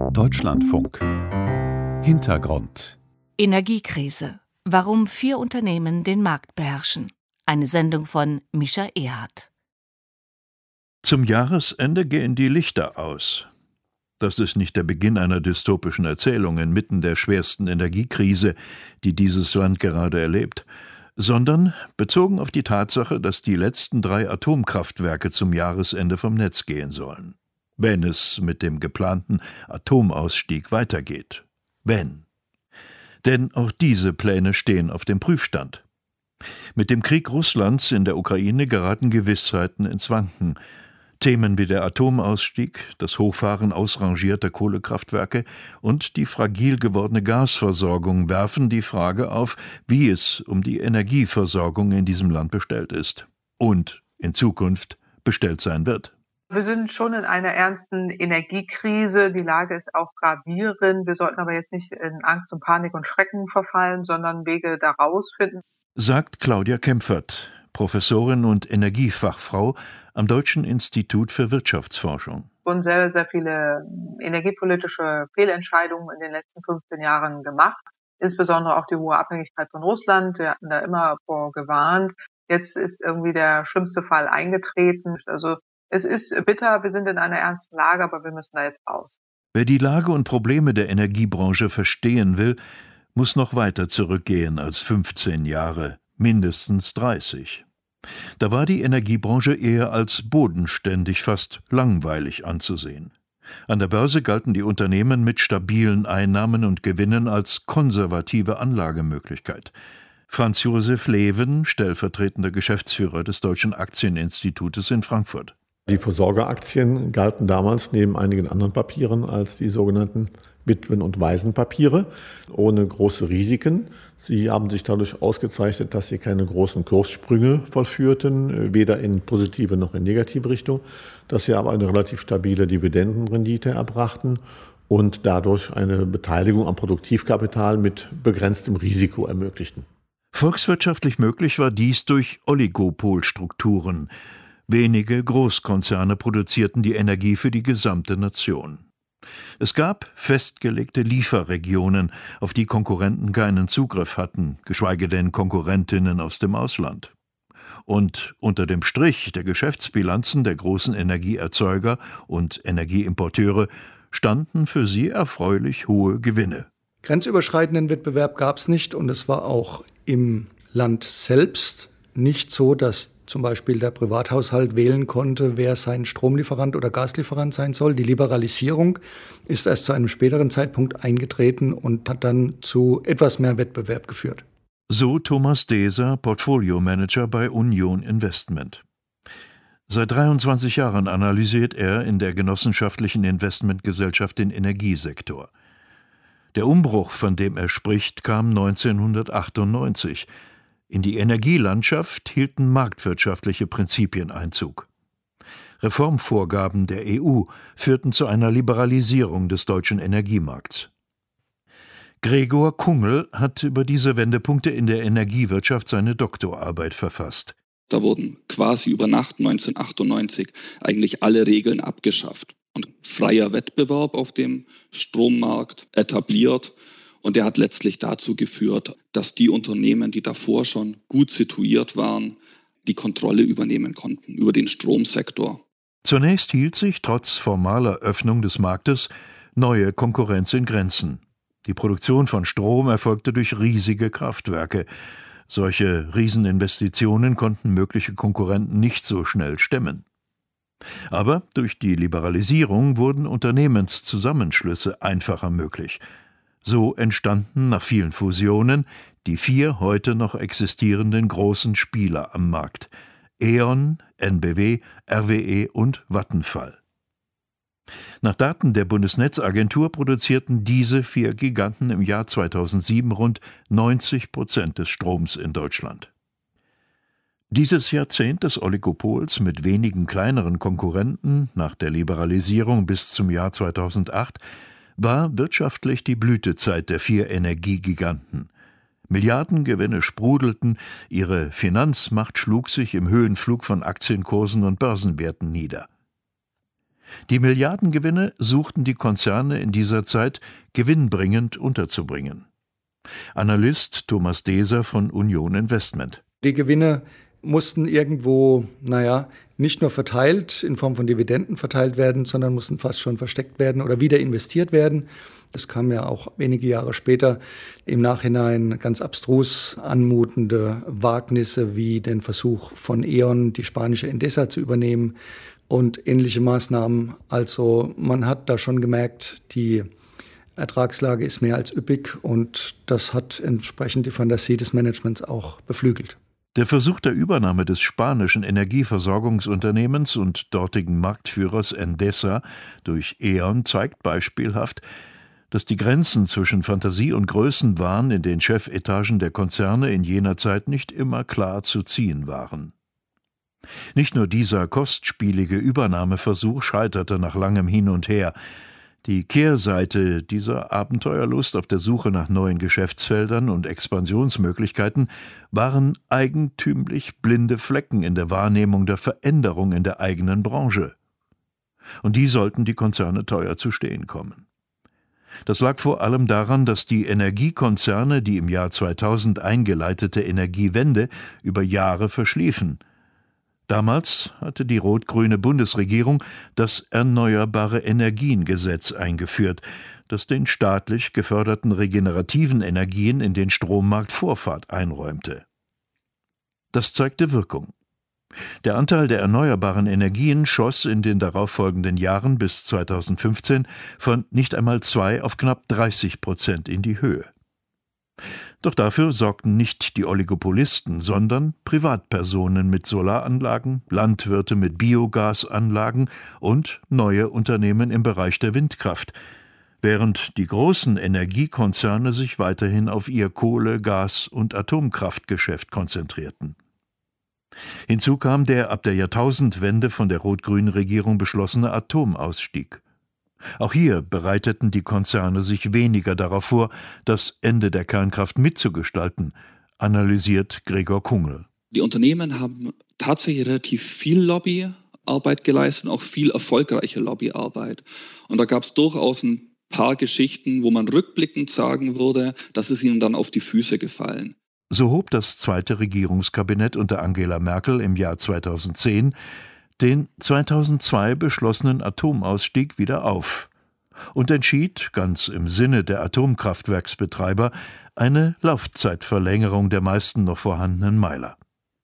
Deutschlandfunk. Hintergrund. Energiekrise. Warum 4 Unternehmen den Markt beherrschen. Eine Sendung von Mischa Ehrhardt. Zum Jahresende gehen die Lichter aus. Das ist nicht der Beginn einer dystopischen Erzählung inmitten der schwersten Energiekrise, die dieses Land gerade erlebt, sondern bezogen auf die Tatsache, dass die letzten 3 Atomkraftwerke zum Jahresende vom Netz gehen sollen. Wenn es mit dem geplanten Atomausstieg weitergeht. Wenn. Denn auch diese Pläne stehen auf dem Prüfstand. Mit dem Krieg Russlands in der Ukraine geraten Gewissheiten ins Wanken. Themen wie der Atomausstieg, das Hochfahren ausrangierter Kohlekraftwerke und die fragil gewordene Gasversorgung werfen die Frage auf, wie es um die Energieversorgung in diesem Land bestellt ist und in Zukunft bestellt sein wird. Wir sind schon in einer ernsten Energiekrise. Die Lage ist auch gravierend. Wir sollten aber jetzt nicht in Angst und Panik und Schrecken verfallen, sondern Wege daraus finden. Sagt Claudia Kempfert, Professorin und Energiefachfrau am Deutschen Institut für Wirtschaftsforschung. Und sehr, sehr viele energiepolitische Fehlentscheidungen in den letzten 15 Jahren gemacht. Insbesondere auch die hohe Abhängigkeit von Russland. Wir hatten da immer vorgewarnt. Jetzt ist irgendwie der schlimmste Fall eingetreten. Also es ist bitter, wir sind in einer ernsten Lage, aber wir müssen da jetzt raus. Wer die Lage und Probleme der Energiebranche verstehen will, muss noch weiter zurückgehen als 15 Jahre, mindestens 30. Da war die Energiebranche eher als bodenständig, fast langweilig anzusehen. An der Börse galten die Unternehmen mit stabilen Einnahmen und Gewinnen als konservative Anlagemöglichkeit. Franz Josef Leven, stellvertretender Geschäftsführer des Deutschen Aktieninstitutes in Frankfurt. Die Versorgeraktien galten damals neben einigen anderen Papieren als die sogenannten Witwen- und Waisenpapiere, ohne große Risiken. Sie haben sich dadurch ausgezeichnet, dass sie keine großen Kurssprünge vollführten, weder in positive noch in negative Richtung, dass sie aber eine relativ stabile Dividendenrendite erbrachten und dadurch eine Beteiligung am Produktivkapital mit begrenztem Risiko ermöglichten. Volkswirtschaftlich möglich war dies durch Oligopolstrukturen. Wenige Großkonzerne produzierten die Energie für die gesamte Nation. Es gab festgelegte Lieferregionen, auf die Konkurrenten keinen Zugriff hatten, geschweige denn Konkurrentinnen aus dem Ausland. Und unter dem Strich der Geschäftsbilanzen der großen Energieerzeuger und Energieimporteure standen für sie erfreulich hohe Gewinne. Grenzüberschreitenden Wettbewerb gab es nicht und es war auch im Land selbst nicht so, dass zum Beispiel der Privathaushalt wählen konnte, wer sein Stromlieferant oder Gaslieferant sein soll. Die Liberalisierung ist erst zu einem späteren Zeitpunkt eingetreten und hat dann zu etwas mehr Wettbewerb geführt. So Thomas Deser, Portfolio-Manager bei Union Investment. Seit 23 Jahren analysiert er in der genossenschaftlichen Investmentgesellschaft den Energiesektor. Der Umbruch, von dem er spricht, kam 1998. In die Energielandschaft hielten marktwirtschaftliche Prinzipien Einzug. Reformvorgaben der EU führten zu einer Liberalisierung des deutschen Energiemarkts. Gregor Kungel hat über diese Wendepunkte in der Energiewirtschaft seine Doktorarbeit verfasst. Da wurden quasi über Nacht 1998 eigentlich alle Regeln abgeschafft und freier Wettbewerb auf dem Strommarkt etabliert. Und der hat letztlich dazu geführt, dass die Unternehmen, die davor schon gut situiert waren, die Kontrolle übernehmen konnten über den Stromsektor. Zunächst hielt sich trotz formaler Öffnung des Marktes neue Konkurrenz in Grenzen. Die Produktion von Strom erfolgte durch riesige Kraftwerke. Solche Rieseninvestitionen konnten mögliche Konkurrenten nicht so schnell stemmen. Aber durch die Liberalisierung wurden Unternehmenszusammenschlüsse einfacher möglich. So entstanden nach vielen Fusionen die 4 heute noch existierenden großen Spieler am Markt: E.ON, NBW, RWE und Vattenfall. Nach Daten der Bundesnetzagentur produzierten diese 4 Giganten im Jahr 2007 rund 90% des Stroms in Deutschland. Dieses Jahrzehnt des Oligopols mit wenigen kleineren Konkurrenten nach der Liberalisierung bis zum Jahr 2008 war wirtschaftlich die Blütezeit der 4 Energiegiganten. Milliardengewinne sprudelten, ihre Finanzmacht schlug sich im Höhenflug von Aktienkursen und Börsenwerten nieder. Die Milliardengewinne suchten die Konzerne in dieser Zeit gewinnbringend unterzubringen. Analyst Thomas Deser von Union Investment. Die Gewinne mussten irgendwo, nicht nur verteilt, in Form von Dividenden verteilt werden, sondern mussten fast schon versteckt werden oder wieder investiert werden. Das kam ja auch wenige Jahre später im Nachhinein ganz abstrus anmutende Wagnisse wie den Versuch von E.ON, die spanische Endesa zu übernehmen und ähnliche Maßnahmen. Also man hat da schon gemerkt, die Ertragslage ist mehr als üppig und das hat entsprechend die Fantasie des Managements auch beflügelt. Der Versuch der Übernahme des spanischen Energieversorgungsunternehmens und dortigen Marktführers Endesa durch E.ON zeigt beispielhaft, dass die Grenzen zwischen Fantasie und Größenwahn in den Chefetagen der Konzerne in jener Zeit nicht immer klar zu ziehen waren. Nicht nur dieser kostspielige Übernahmeversuch scheiterte nach langem Hin und Her. Die Kehrseite dieser Abenteuerlust auf der Suche nach neuen Geschäftsfeldern und Expansionsmöglichkeiten waren eigentümlich blinde Flecken in der Wahrnehmung der Veränderung in der eigenen Branche. Und die sollten die Konzerne teuer zu stehen kommen. Das lag vor allem daran, dass die Energiekonzerne die im Jahr 2000 eingeleitete Energiewende über Jahre verschliefen. Damals hatte die rot-grüne Bundesregierung das Erneuerbare-Energien-Gesetz eingeführt, das den staatlich geförderten regenerativen Energien in den Strommarkt Vorfahrt einräumte. Das zeigte Wirkung. Der Anteil der erneuerbaren Energien schoss in den darauffolgenden Jahren bis 2015 von nicht einmal 2 auf knapp 30% in die Höhe. Doch dafür sorgten nicht die Oligopolisten, sondern Privatpersonen mit Solaranlagen, Landwirte mit Biogasanlagen und neue Unternehmen im Bereich der Windkraft, während die großen Energiekonzerne sich weiterhin auf ihr Kohle-, Gas- und Atomkraftgeschäft konzentrierten. Hinzu kam der ab der Jahrtausendwende von der rot-grünen Regierung beschlossene Atomausstieg. Auch hier bereiteten die Konzerne sich weniger darauf vor, das Ende der Kernkraft mitzugestalten, analysiert Gregor Kungel. Die Unternehmen haben tatsächlich relativ viel Lobbyarbeit geleistet und auch viel erfolgreiche Lobbyarbeit. Und da gab es durchaus ein paar Geschichten, wo man rückblickend sagen würde, das ist ihnen dann auf die Füße gefallen. So hob das zweite Regierungskabinett unter Angela Merkel im Jahr 2010 den 2002 beschlossenen Atomausstieg wieder auf und entschied, ganz im Sinne der Atomkraftwerksbetreiber, eine Laufzeitverlängerung der meisten noch vorhandenen Meiler.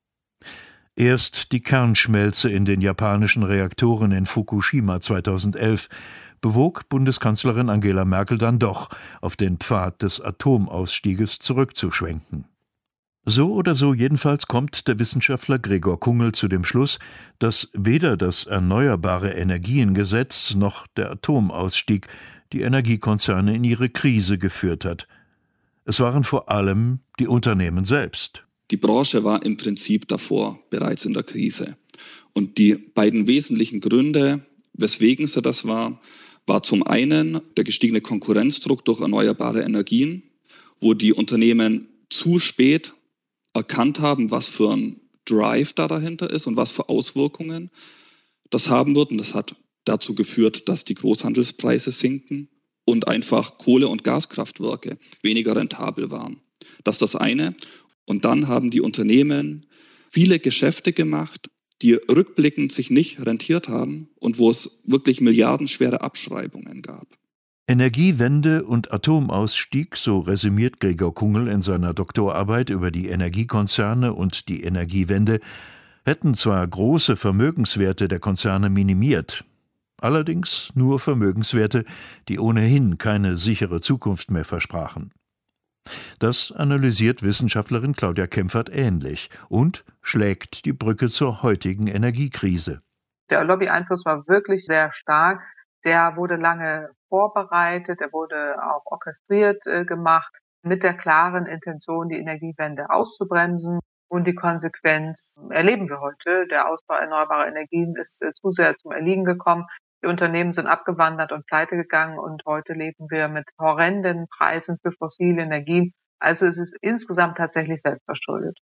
Erst die Kernschmelze in den japanischen Reaktoren in Fukushima 2011 bewog Bundeskanzlerin Angela Merkel dann doch, auf den Pfad des Atomausstieges zurückzuschwenken. So oder so jedenfalls kommt der Wissenschaftler Gregor Kungel zu dem Schluss, dass weder das Erneuerbare-Energien-Gesetz noch der Atomausstieg die Energiekonzerne in ihre Krise geführt hat. Es waren vor allem die Unternehmen selbst. Die Branche war im Prinzip davor bereits in der Krise. Und die beiden wesentlichen Gründe, weswegen sie das war zum einen der gestiegene Konkurrenzdruck durch erneuerbare Energien, wo die Unternehmen zu spät erkannt haben, was für ein Drive da dahinter ist und was für Auswirkungen das haben wird. Und das hat dazu geführt, dass die Großhandelspreise sinken und einfach Kohle- und Gaskraftwerke weniger rentabel waren. Das ist das eine. Und dann haben die Unternehmen viele Geschäfte gemacht, die rückblickend sich nicht rentiert haben und wo es wirklich milliardenschwere Abschreibungen gab. Energiewende und Atomausstieg, so resümiert Gregor Kungel in seiner Doktorarbeit über die Energiekonzerne und die Energiewende, hätten zwar große Vermögenswerte der Konzerne minimiert, allerdings nur Vermögenswerte, die ohnehin keine sichere Zukunft mehr versprachen. Das analysiert Wissenschaftlerin Claudia Kempfert ähnlich und schlägt die Brücke zur heutigen Energiekrise. Der Lobby-Einfluss war wirklich sehr stark. Der wurde lange vorbereitet, der wurde auch orchestriert gemacht, mit der klaren Intention, die Energiewende auszubremsen. Und die Konsequenz erleben wir heute. Der Ausbau erneuerbarer Energien ist zu sehr zum Erliegen gekommen. Die Unternehmen sind abgewandert und pleite gegangen und heute leben wir mit horrenden Preisen für fossile Energien. Also es ist insgesamt tatsächlich selbstverschuldet.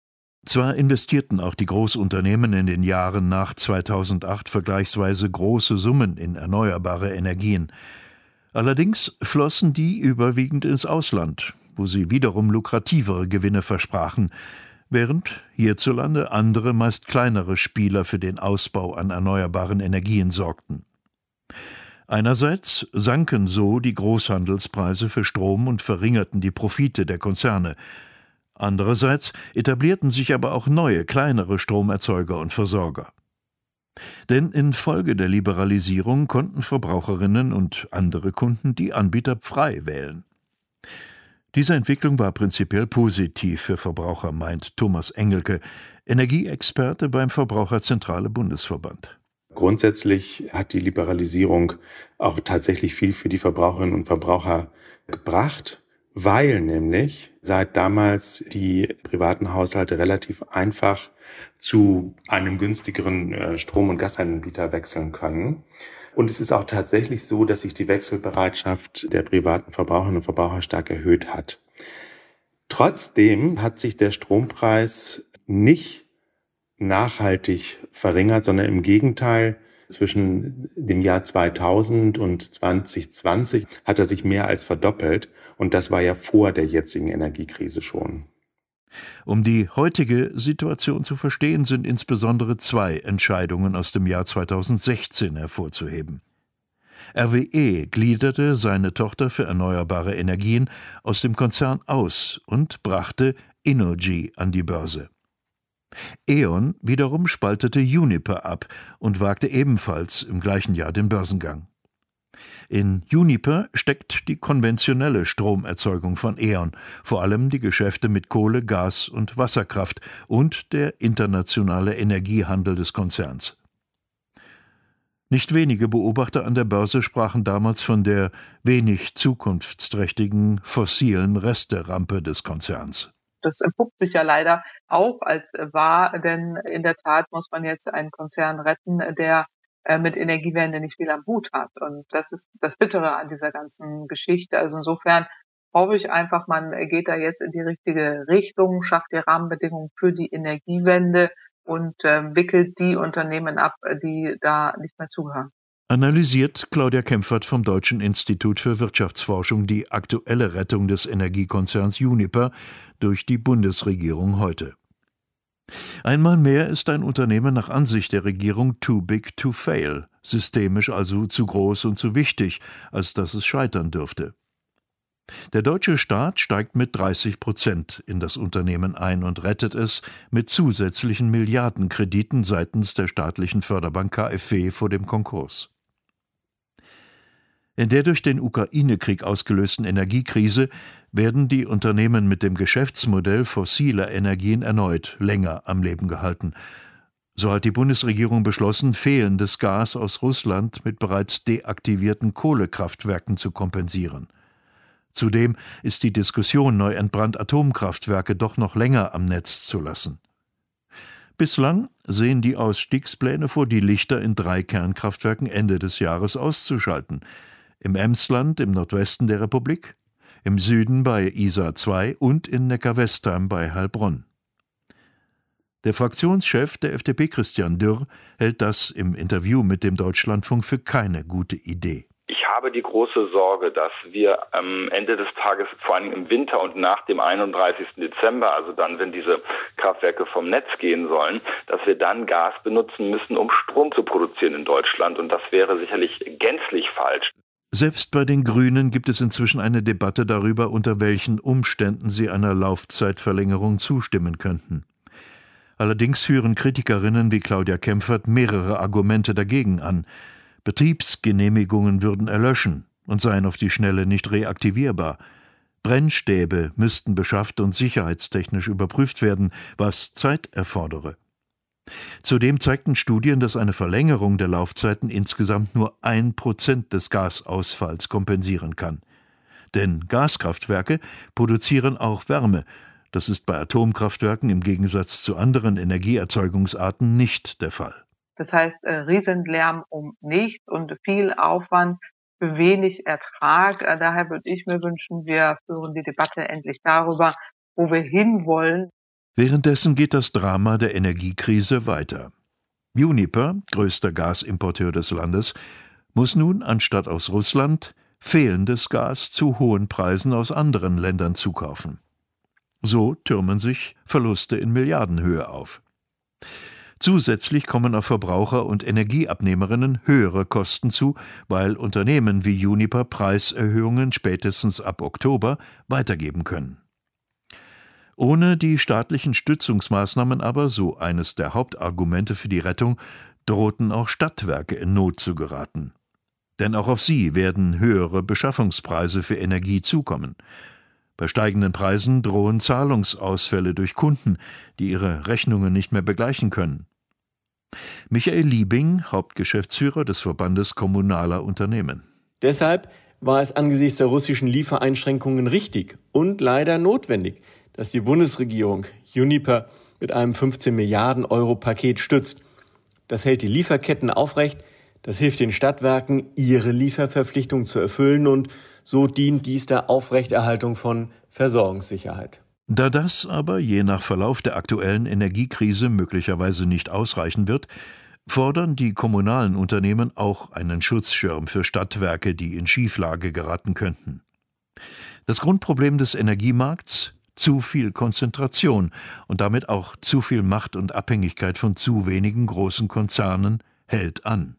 Zwar investierten auch die Großunternehmen in den Jahren nach 2008 vergleichsweise große Summen in erneuerbare Energien. Allerdings flossen die überwiegend ins Ausland, wo sie wiederum lukrativere Gewinne versprachen, während hierzulande andere, meist kleinere Spieler für den Ausbau an erneuerbaren Energien sorgten. Einerseits sanken so die Großhandelspreise für Strom und verringerten die Profite der Konzerne. Andererseits etablierten sich aber auch neue, kleinere Stromerzeuger und Versorger. Denn infolge der Liberalisierung konnten Verbraucherinnen und andere Kunden die Anbieter frei wählen. Diese Entwicklung war prinzipiell positiv für Verbraucher, meint Thomas Engelke, Energieexperte beim Verbraucherzentrale Bundesverband. Grundsätzlich hat die Liberalisierung auch tatsächlich viel für die Verbraucherinnen und Verbraucher gebracht, weil nämlich seit damals die privaten Haushalte relativ einfach zu einem günstigeren Strom- und Gasanbieter wechseln können. Und es ist auch tatsächlich so, dass sich die Wechselbereitschaft der privaten Verbraucherinnen und Verbraucher stark erhöht hat. Trotzdem hat sich der Strompreis nicht nachhaltig verringert, sondern im Gegenteil. Zwischen dem Jahr 2000 und 2020 hat er sich mehr als verdoppelt. Und das war ja vor der jetzigen Energiekrise schon. Um die heutige Situation zu verstehen, sind insbesondere zwei Entscheidungen aus dem Jahr 2016 hervorzuheben. RWE gliederte seine Tochter für erneuerbare Energien aus dem Konzern aus und brachte innogy an die Börse. E.ON wiederum spaltete Uniper ab und wagte ebenfalls im gleichen Jahr den Börsengang. In Uniper steckt die konventionelle Stromerzeugung von E.ON, vor allem die Geschäfte mit Kohle, Gas und Wasserkraft und der internationale Energiehandel des Konzerns. Nicht wenige Beobachter an der Börse sprachen damals von der wenig zukunftsträchtigen fossilen Resterampe des Konzerns. Das entpuppt sich ja leider auch als wahr, denn in der Tat muss man jetzt einen Konzern retten, der mit Energiewende nicht viel am Hut hat. Und das ist das Bittere an dieser ganzen Geschichte. Also insofern hoffe ich einfach, man geht da jetzt in die richtige Richtung, schafft die Rahmenbedingungen für die Energiewende und wickelt die Unternehmen ab, die da nicht mehr zugehören. Analysiert Claudia Kempfert vom Deutschen Institut für Wirtschaftsforschung die aktuelle Rettung des Energiekonzerns Uniper durch die Bundesregierung heute. Einmal mehr ist ein Unternehmen nach Ansicht der Regierung too big to fail, systemisch also zu groß und zu wichtig, als dass es scheitern dürfte. Der deutsche Staat steigt mit 30% in das Unternehmen ein und rettet es mit zusätzlichen Milliardenkrediten seitens der staatlichen Förderbank KfW vor dem Konkurs. In der durch den Ukraine-Krieg ausgelösten Energiekrise werden die Unternehmen mit dem Geschäftsmodell fossiler Energien erneut länger am Leben gehalten. So hat die Bundesregierung beschlossen, fehlendes Gas aus Russland mit bereits deaktivierten Kohlekraftwerken zu kompensieren. Zudem ist die Diskussion, neu entbrannte Atomkraftwerke doch noch länger am Netz zu lassen. Bislang sehen die Ausstiegspläne vor, die Lichter in 3 Kernkraftwerken Ende des Jahres auszuschalten. Im Emsland im Nordwesten der Republik, im Süden bei Isar 2 und in Neckar-Westheim bei Heilbronn. Der Fraktionschef der FDP, Christian Dürr, hält das im Interview mit dem Deutschlandfunk für keine gute Idee. Ich habe die große Sorge, dass wir am Ende des Tages, vor allem im Winter und nach dem 31. Dezember, also dann, wenn diese Kraftwerke vom Netz gehen sollen, dass wir dann Gas benutzen müssen, um Strom zu produzieren in Deutschland. Und das wäre sicherlich gänzlich falsch. Selbst bei den Grünen gibt es inzwischen eine Debatte darüber, unter welchen Umständen sie einer Laufzeitverlängerung zustimmen könnten. Allerdings führen Kritikerinnen wie Claudia Kempfert mehrere Argumente dagegen an. Betriebsgenehmigungen würden erlöschen und seien auf die Schnelle nicht reaktivierbar. Brennstäbe müssten beschafft und sicherheitstechnisch überprüft werden, was Zeit erfordere. Zudem zeigten Studien, dass eine Verlängerung der Laufzeiten insgesamt nur 1% des Gasausfalls kompensieren kann. Denn Gaskraftwerke produzieren auch Wärme. Das ist bei Atomkraftwerken im Gegensatz zu anderen Energieerzeugungsarten nicht der Fall. Das heißt, Riesenlärm um nichts und viel Aufwand für wenig Ertrag. Daher würde ich mir wünschen, wir führen die Debatte endlich darüber, wo wir hinwollen. Währenddessen geht das Drama der Energiekrise weiter. Uniper, größter Gasimporteur des Landes, muss nun anstatt aus Russland fehlendes Gas zu hohen Preisen aus anderen Ländern zukaufen. So türmen sich Verluste in Milliardenhöhe auf. Zusätzlich kommen auf Verbraucher und Energieabnehmerinnen höhere Kosten zu, weil Unternehmen wie Uniper Preiserhöhungen spätestens ab Oktober weitergeben können. Ohne die staatlichen Stützungsmaßnahmen aber, so eines der Hauptargumente für die Rettung, drohten auch Stadtwerke in Not zu geraten. Denn auch auf sie werden höhere Beschaffungspreise für Energie zukommen. Bei steigenden Preisen drohen Zahlungsausfälle durch Kunden, die ihre Rechnungen nicht mehr begleichen können. Michael Liebing, Hauptgeschäftsführer des Verbandes Kommunaler Unternehmen. Deshalb war es angesichts der russischen Liefereinschränkungen richtig und leider notwendig, dass die Bundesregierung Uniper mit einem 15 Milliarden Euro Paket stützt. Das hält die Lieferketten aufrecht, das hilft den Stadtwerken, ihre Lieferverpflichtung zu erfüllen und so dient dies der Aufrechterhaltung von Versorgungssicherheit. Da das aber je nach Verlauf der aktuellen Energiekrise möglicherweise nicht ausreichen wird, fordern die kommunalen Unternehmen auch einen Schutzschirm für Stadtwerke, die in Schieflage geraten könnten. Das Grundproblem des Energiemarkts: zu viel Konzentration und damit auch zu viel Macht und Abhängigkeit von zu wenigen großen Konzernen hält an.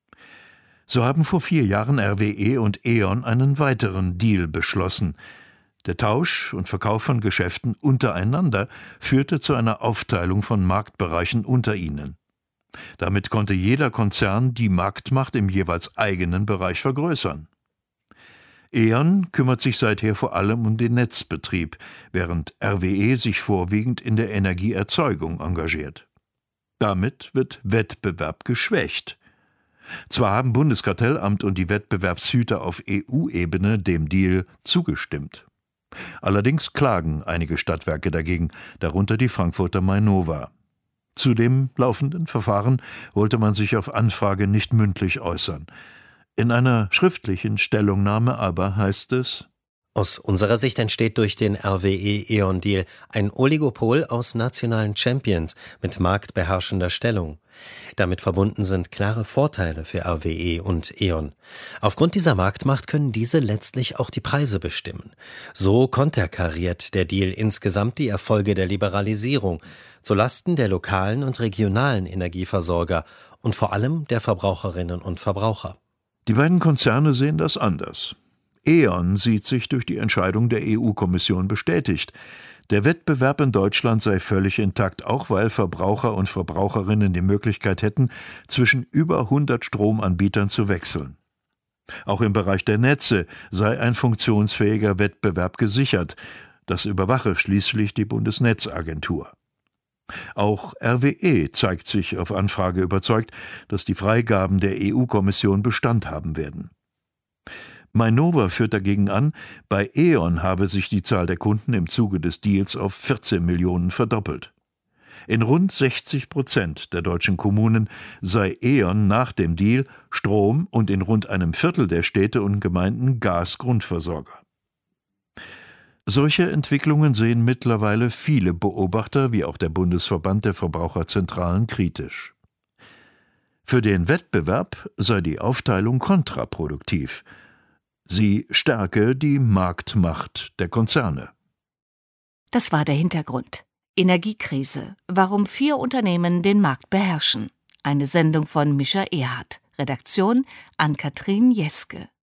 So haben vor 4 Jahren RWE und E.ON einen weiteren Deal beschlossen. Der Tausch und Verkauf von Geschäften untereinander führte zu einer Aufteilung von Marktbereichen unter ihnen. Damit konnte jeder Konzern die Marktmacht im jeweils eigenen Bereich vergrößern. E.ON kümmert sich seither vor allem um den Netzbetrieb, während RWE sich vorwiegend in der Energieerzeugung engagiert. Damit wird Wettbewerb geschwächt. Zwar haben Bundeskartellamt und die Wettbewerbshüter auf EU-Ebene dem Deal zugestimmt. Allerdings klagen einige Stadtwerke dagegen, darunter die Frankfurter Mainova. Zu dem laufenden Verfahren wollte man sich auf Anfrage nicht mündlich äußern. In einer schriftlichen Stellungnahme aber heißt es: Aus unserer Sicht entsteht durch den RWE-E.ON-Deal ein Oligopol aus nationalen Champions mit marktbeherrschender Stellung. Damit verbunden sind klare Vorteile für RWE und E.ON. Aufgrund dieser Marktmacht können diese letztlich auch die Preise bestimmen. So konterkariert der Deal insgesamt die Erfolge der Liberalisierung zulasten der lokalen und regionalen Energieversorger und vor allem der Verbraucherinnen und Verbraucher. Die beiden Konzerne sehen das anders. E.ON sieht sich durch die Entscheidung der EU-Kommission bestätigt. Der Wettbewerb in Deutschland sei völlig intakt, auch weil Verbraucher und Verbraucherinnen die Möglichkeit hätten, zwischen über 100 Stromanbietern zu wechseln. Auch im Bereich der Netze sei ein funktionsfähiger Wettbewerb gesichert. Das überwache schließlich die Bundesnetzagentur. Auch RWE zeigt sich auf Anfrage überzeugt, dass die Freigaben der EU-Kommission Bestand haben werden. Mainova führt dagegen an, bei E.ON habe sich die Zahl der Kunden im Zuge des Deals auf 14 Millionen verdoppelt. In rund 60% der deutschen Kommunen sei E.ON nach dem Deal Strom und in rund einem Viertel der Städte und Gemeinden Gasgrundversorger. Solche Entwicklungen sehen mittlerweile viele Beobachter, wie auch der Bundesverband der Verbraucherzentralen, kritisch. Für den Wettbewerb sei die Aufteilung kontraproduktiv. Sie stärke die Marktmacht der Konzerne. Das war der Hintergrund. Energiekrise. Warum 4 Unternehmen den Markt beherrschen. Eine Sendung von Mischa Erhardt. Redaktion Ann-Kathrin Jeske.